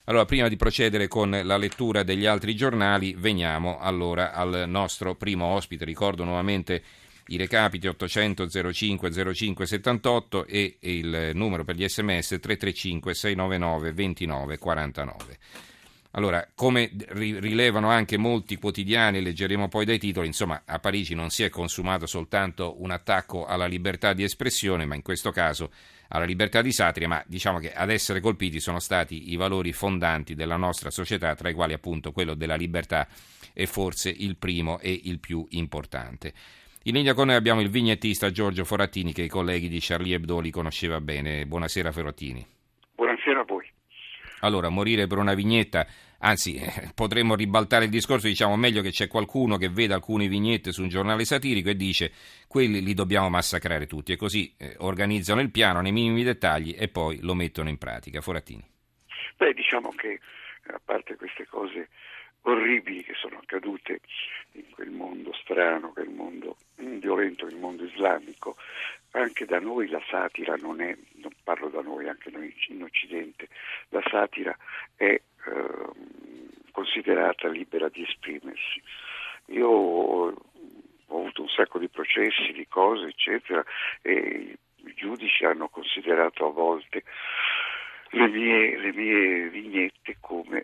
Allora, prima di procedere con la lettura degli altri giornali, veniamo allora al nostro primo ospite. Ricordo nuovamente i recapiti: 800 05 05 78 e il numero per gli sms 335 699 29 49. Allora, come rilevano anche molti quotidiani, leggeremo poi dai titoli, insomma, a Parigi non si è consumato soltanto un attacco alla libertà di espressione, ma in questo caso alla libertà di satira, ma diciamo che ad essere colpiti sono stati i valori fondanti della nostra società, tra i quali appunto quello della libertà è forse il primo e il più importante. In linea con noi abbiamo il vignettista Giorgio Forattini, che i colleghi di Charlie Hebdo li conosceva bene. Buonasera Forattini. Buonasera a voi. Allora, morire per una vignetta, anzi potremmo ribaltare il discorso, diciamo meglio che c'è qualcuno che vede alcune vignette su un giornale satirico e dice quelli li dobbiamo massacrare tutti, e così organizzano il piano nei minimi dettagli e poi lo mettono in pratica. Forattini. Beh, diciamo che a parte queste cose orribili che sono accadute in quel mondo strano, che è il mondo violento, il mondo islamico, anche da noi la satira non parlo da noi, anche noi in Occidente, la satira è considerata libera di esprimersi. Io ho avuto un sacco di processi, di cose, eccetera, e i giudici hanno considerato a volte le mie vignette come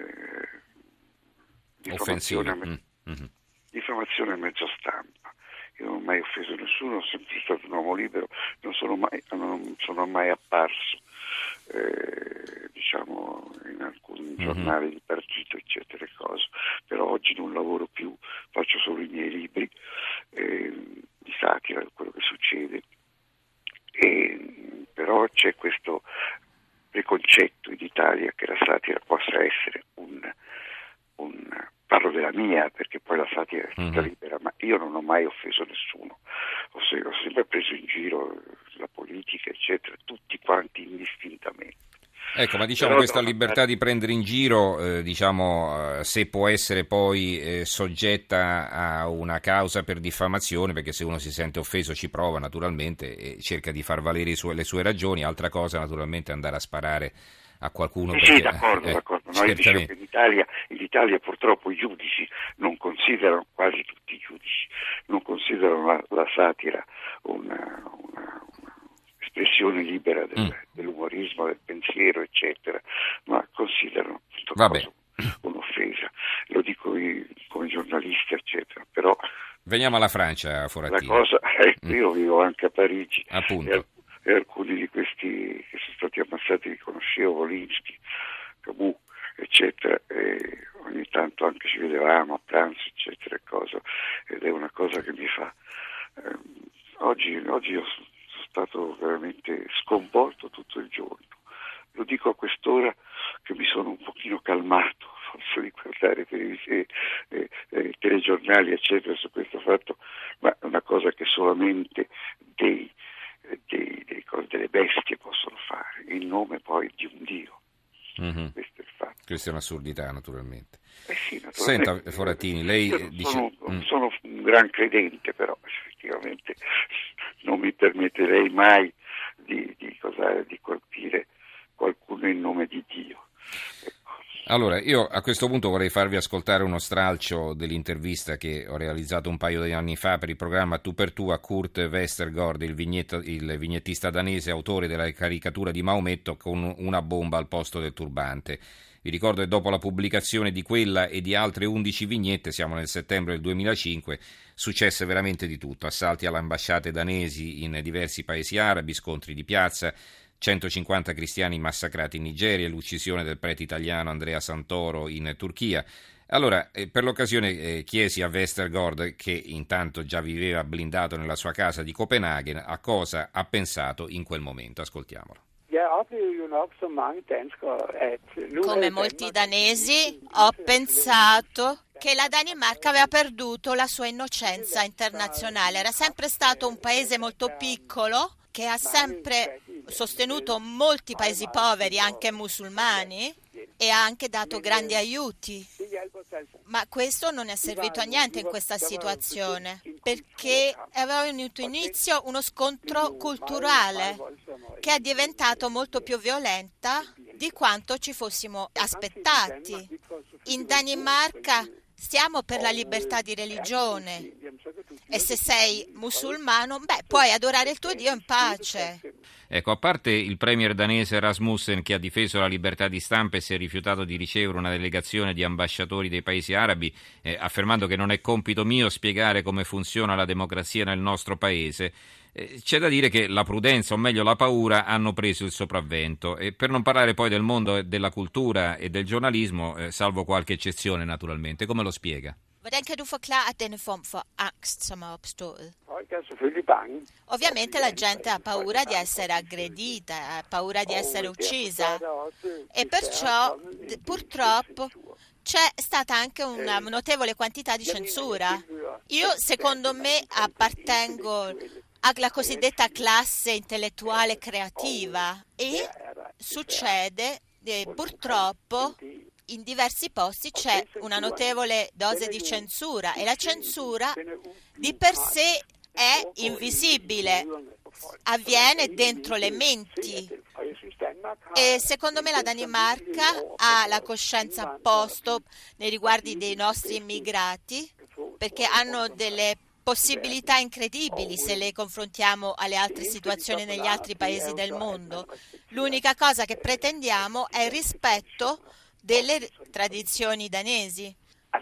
diffamazione a mezzo stampa. Io non ho mai offeso nessuno, sono sempre stato un uomo libero, non sono mai apparso in alcuni giornali di partito, eccetera e cose. Però oggi non lavoro più, faccio solo i miei libri di satira, quello che succede. Però c'è questo preconcetto in Italia che la satira possa essere parlo della mia, perché poi la satira è tutta libera, ma io non ho mai offeso nessuno, ho sempre preso in giro la politica, eccetera, tutti quanti indistintamente. Ecco, ma diciamo questa libertà di prendere in giro, se può essere poi soggetta a una causa per diffamazione, perché se uno si sente offeso ci prova naturalmente e cerca di far valere le sue ragioni, altra cosa naturalmente andare a sparare a qualcuno. Perché, sì, d'accordo. No, io dicevo che in Italia purtroppo i giudici non considerano, quasi tutti i giudici, non considerano la satira una espressione libera dell'umorismo, del pensiero, eccetera, ma considerano un'offesa. Lo dico io come giornalista, eccetera, però veniamo alla Francia, Forattini. La cosa io vivo anche a Parigi, appunto. E alcuni di questi che sono stati ammazzati li conoscevo, Volinsky, Camus, eccetera, e ogni tanto anche ci vedevamo a pranzo, eccetera e cosa, ed è una cosa che mi fa oggi io sono stato veramente sconvolto tutto il giorno. Lo dico a quest'ora che mi sono un pochino calmato, forse di guardare telegiornali, eccetera, su questo fatto, ma è una cosa che solamente delle bestie possono fare, in nome poi di un Dio. Questo è il fatto. Questa è un'assurdità, naturalmente. Sì, naturalmente. Senta, Forattini, lei sono un gran credente, però effettivamente non mi permetterei mai di colpire qualcuno in nome di Dio. Allora, io a questo punto vorrei farvi ascoltare uno stralcio dell'intervista che ho realizzato un paio di anni fa per il programma Tu per Tu a Kurt Westergaard, il vignettista danese, autore della caricatura di Maometto con una bomba al posto del turbante. Vi ricordo che dopo la pubblicazione di quella e di altre 11 vignette, siamo nel settembre del 2005, successe veramente di tutto: assalti alle ambasciate danesi in diversi paesi arabi, scontri di piazza, 150 cristiani massacrati in Nigeria, l'uccisione del prete italiano Andrea Santoro in Turchia. Allora, per l'occasione chiesi a Westergaard, che intanto già viveva blindato nella sua casa di Copenaghen, a cosa ha pensato in quel momento. Ascoltiamolo. Come molti danesi, ho pensato che la Danimarca aveva perduto la sua innocenza internazionale. Era sempre stato un paese molto piccolo, che ha sempre sostenuto molti paesi poveri, anche musulmani, e ha anche dato grandi aiuti. Ma questo non è servito a niente in questa situazione, perché aveva avuto inizio uno scontro culturale che è diventato molto più violenta di quanto ci fossimo aspettati. In Danimarca stiamo per la libertà di religione e se sei musulmano, puoi adorare il tuo Dio in pace. Ecco, a parte il premier danese Rasmussen che ha difeso la libertà di stampa e si è rifiutato di ricevere una delegazione di ambasciatori dei paesi arabi, affermando che non è compito mio spiegare come funziona la democrazia nel nostro paese, c'è da dire che la prudenza, o meglio la paura, hanno preso il sopravvento. E per non parlare poi del mondo della cultura e del giornalismo, salvo qualche eccezione naturalmente. Come lo spiega? Hvordan kan du forklare denne form for angst som er opstået? Folk er selvfølgelig bange. Ovviamente la gente ha paura di essere aggredita, ha paura di essere uccisa e perciò purtroppo c'è stata anche una notevole quantità di censura. Io, secondo me, appartengo alla cosiddetta classe intellettuale creativa e succede purtroppo in diversi posti c'è una notevole dose di censura e la censura di per sé è invisibile, avviene dentro le menti e secondo me la Danimarca ha la coscienza a posto nei riguardi dei nostri immigrati perché hanno delle possibilità incredibili se le confrontiamo alle altre situazioni negli altri paesi del mondo. L'unica cosa che pretendiamo è il rispetto delle tradizioni danesi.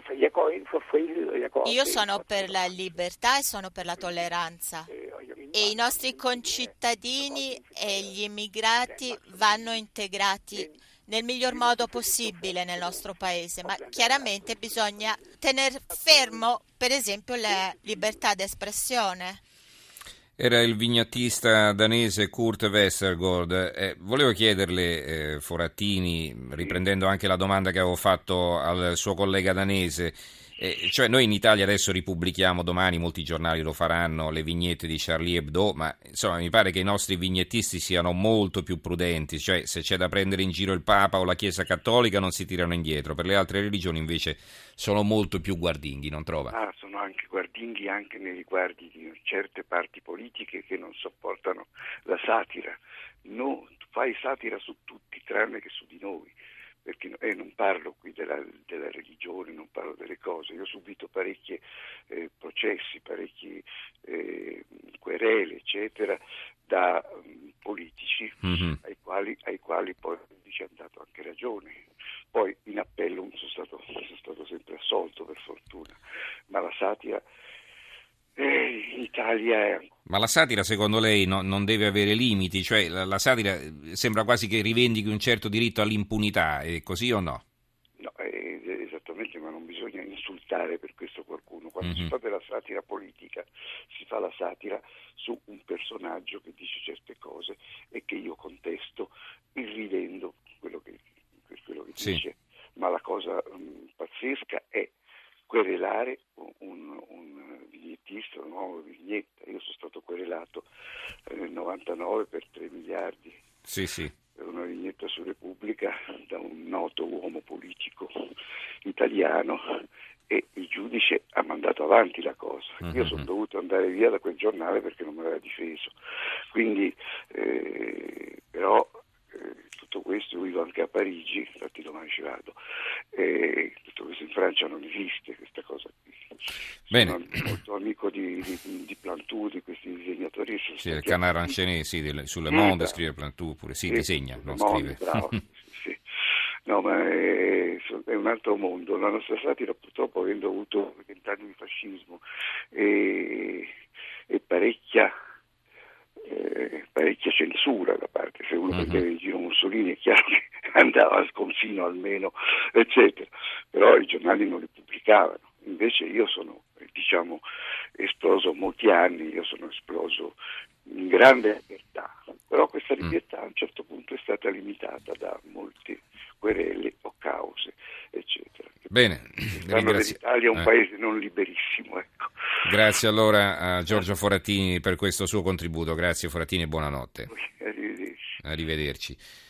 Io sono per la libertà e sono per la tolleranza e i nostri concittadini e gli immigrati vanno integrati nel miglior modo possibile nel nostro paese, ma chiaramente bisogna tener fermo, per esempio, la libertà d'espressione. Era il vignettista danese Kurt Westergaard. Volevo chiederle, Forattini, riprendendo anche la domanda che avevo fatto al suo collega danese, cioè noi in Italia adesso ripubblichiamo domani, molti giornali lo faranno, le vignette di Charlie Hebdo, ma insomma mi pare che i nostri vignettisti siano molto più prudenti, cioè se c'è da prendere in giro il Papa o la Chiesa Cattolica non si tirano indietro, per le altre religioni invece sono molto più guardinghi, non trova? Sono anche guardinghi anche nei riguardi di certe parti politiche che non sopportano la satira. No, fai satira su tutti tranne che su di noi. Perché non parlo qui della religione, non parlo delle cose, io ho subito parecchi processi, parecchi querele, eccetera, da politici ai quali poi ci hanno dato anche ragione. Poi in appello sono stato sempre assolto, per fortuna, ma la satira in Italia è... Ma la satira secondo lei non deve avere limiti? Cioè la satira sembra quasi che rivendichi un certo diritto all'impunità, è così o no? No, esattamente, ma non bisogna insultare per questo qualcuno. Quando si fa della satira politica, si fa la satira su un personaggio che dice certe cose e che io contesto irridendo quello che sì. dice. Ma la cosa pazzesca è querelare un vignettista, una nuova vignetta. Io sono stato querelato nel 99 per 3 miliardi sì. per una vignetta su Repubblica da un noto uomo politico italiano e il giudice ha mandato avanti la cosa. Io sono dovuto andare via da quel giornale perché non mi aveva difeso. Quindi però tutto questo, io vivo anche a Parigi, infatti domani ci vado, tutto questo in Francia non esiste, questa cosa qui. Bene. Sono molto amico di Plantu, di questi disegnatori. Sì, il Canard Enchaîné, sulle Monde scrive Plantu, pure disegna, non scrive. Bravo, sì. No, ma è un altro mondo. La nostra satira, purtroppo, avendo avuto 20 anni di fascismo e parecchia censura da parte, se uno prendeva in giro Mussolini è chiaro che andava al sconfino almeno, eccetera, però i giornali non li pubblicavano. Invece io sono, esploso molti anni, io sono esploso in grande libertà, però questa libertà a un certo punto è stata limitata da molte querele o cause, eccetera. Bene, l'Italia è un paese non liberissimo, ecco. Grazie allora a Giorgio Forattini per questo suo contributo. Grazie Forattini e buonanotte. Arrivederci. Arrivederci.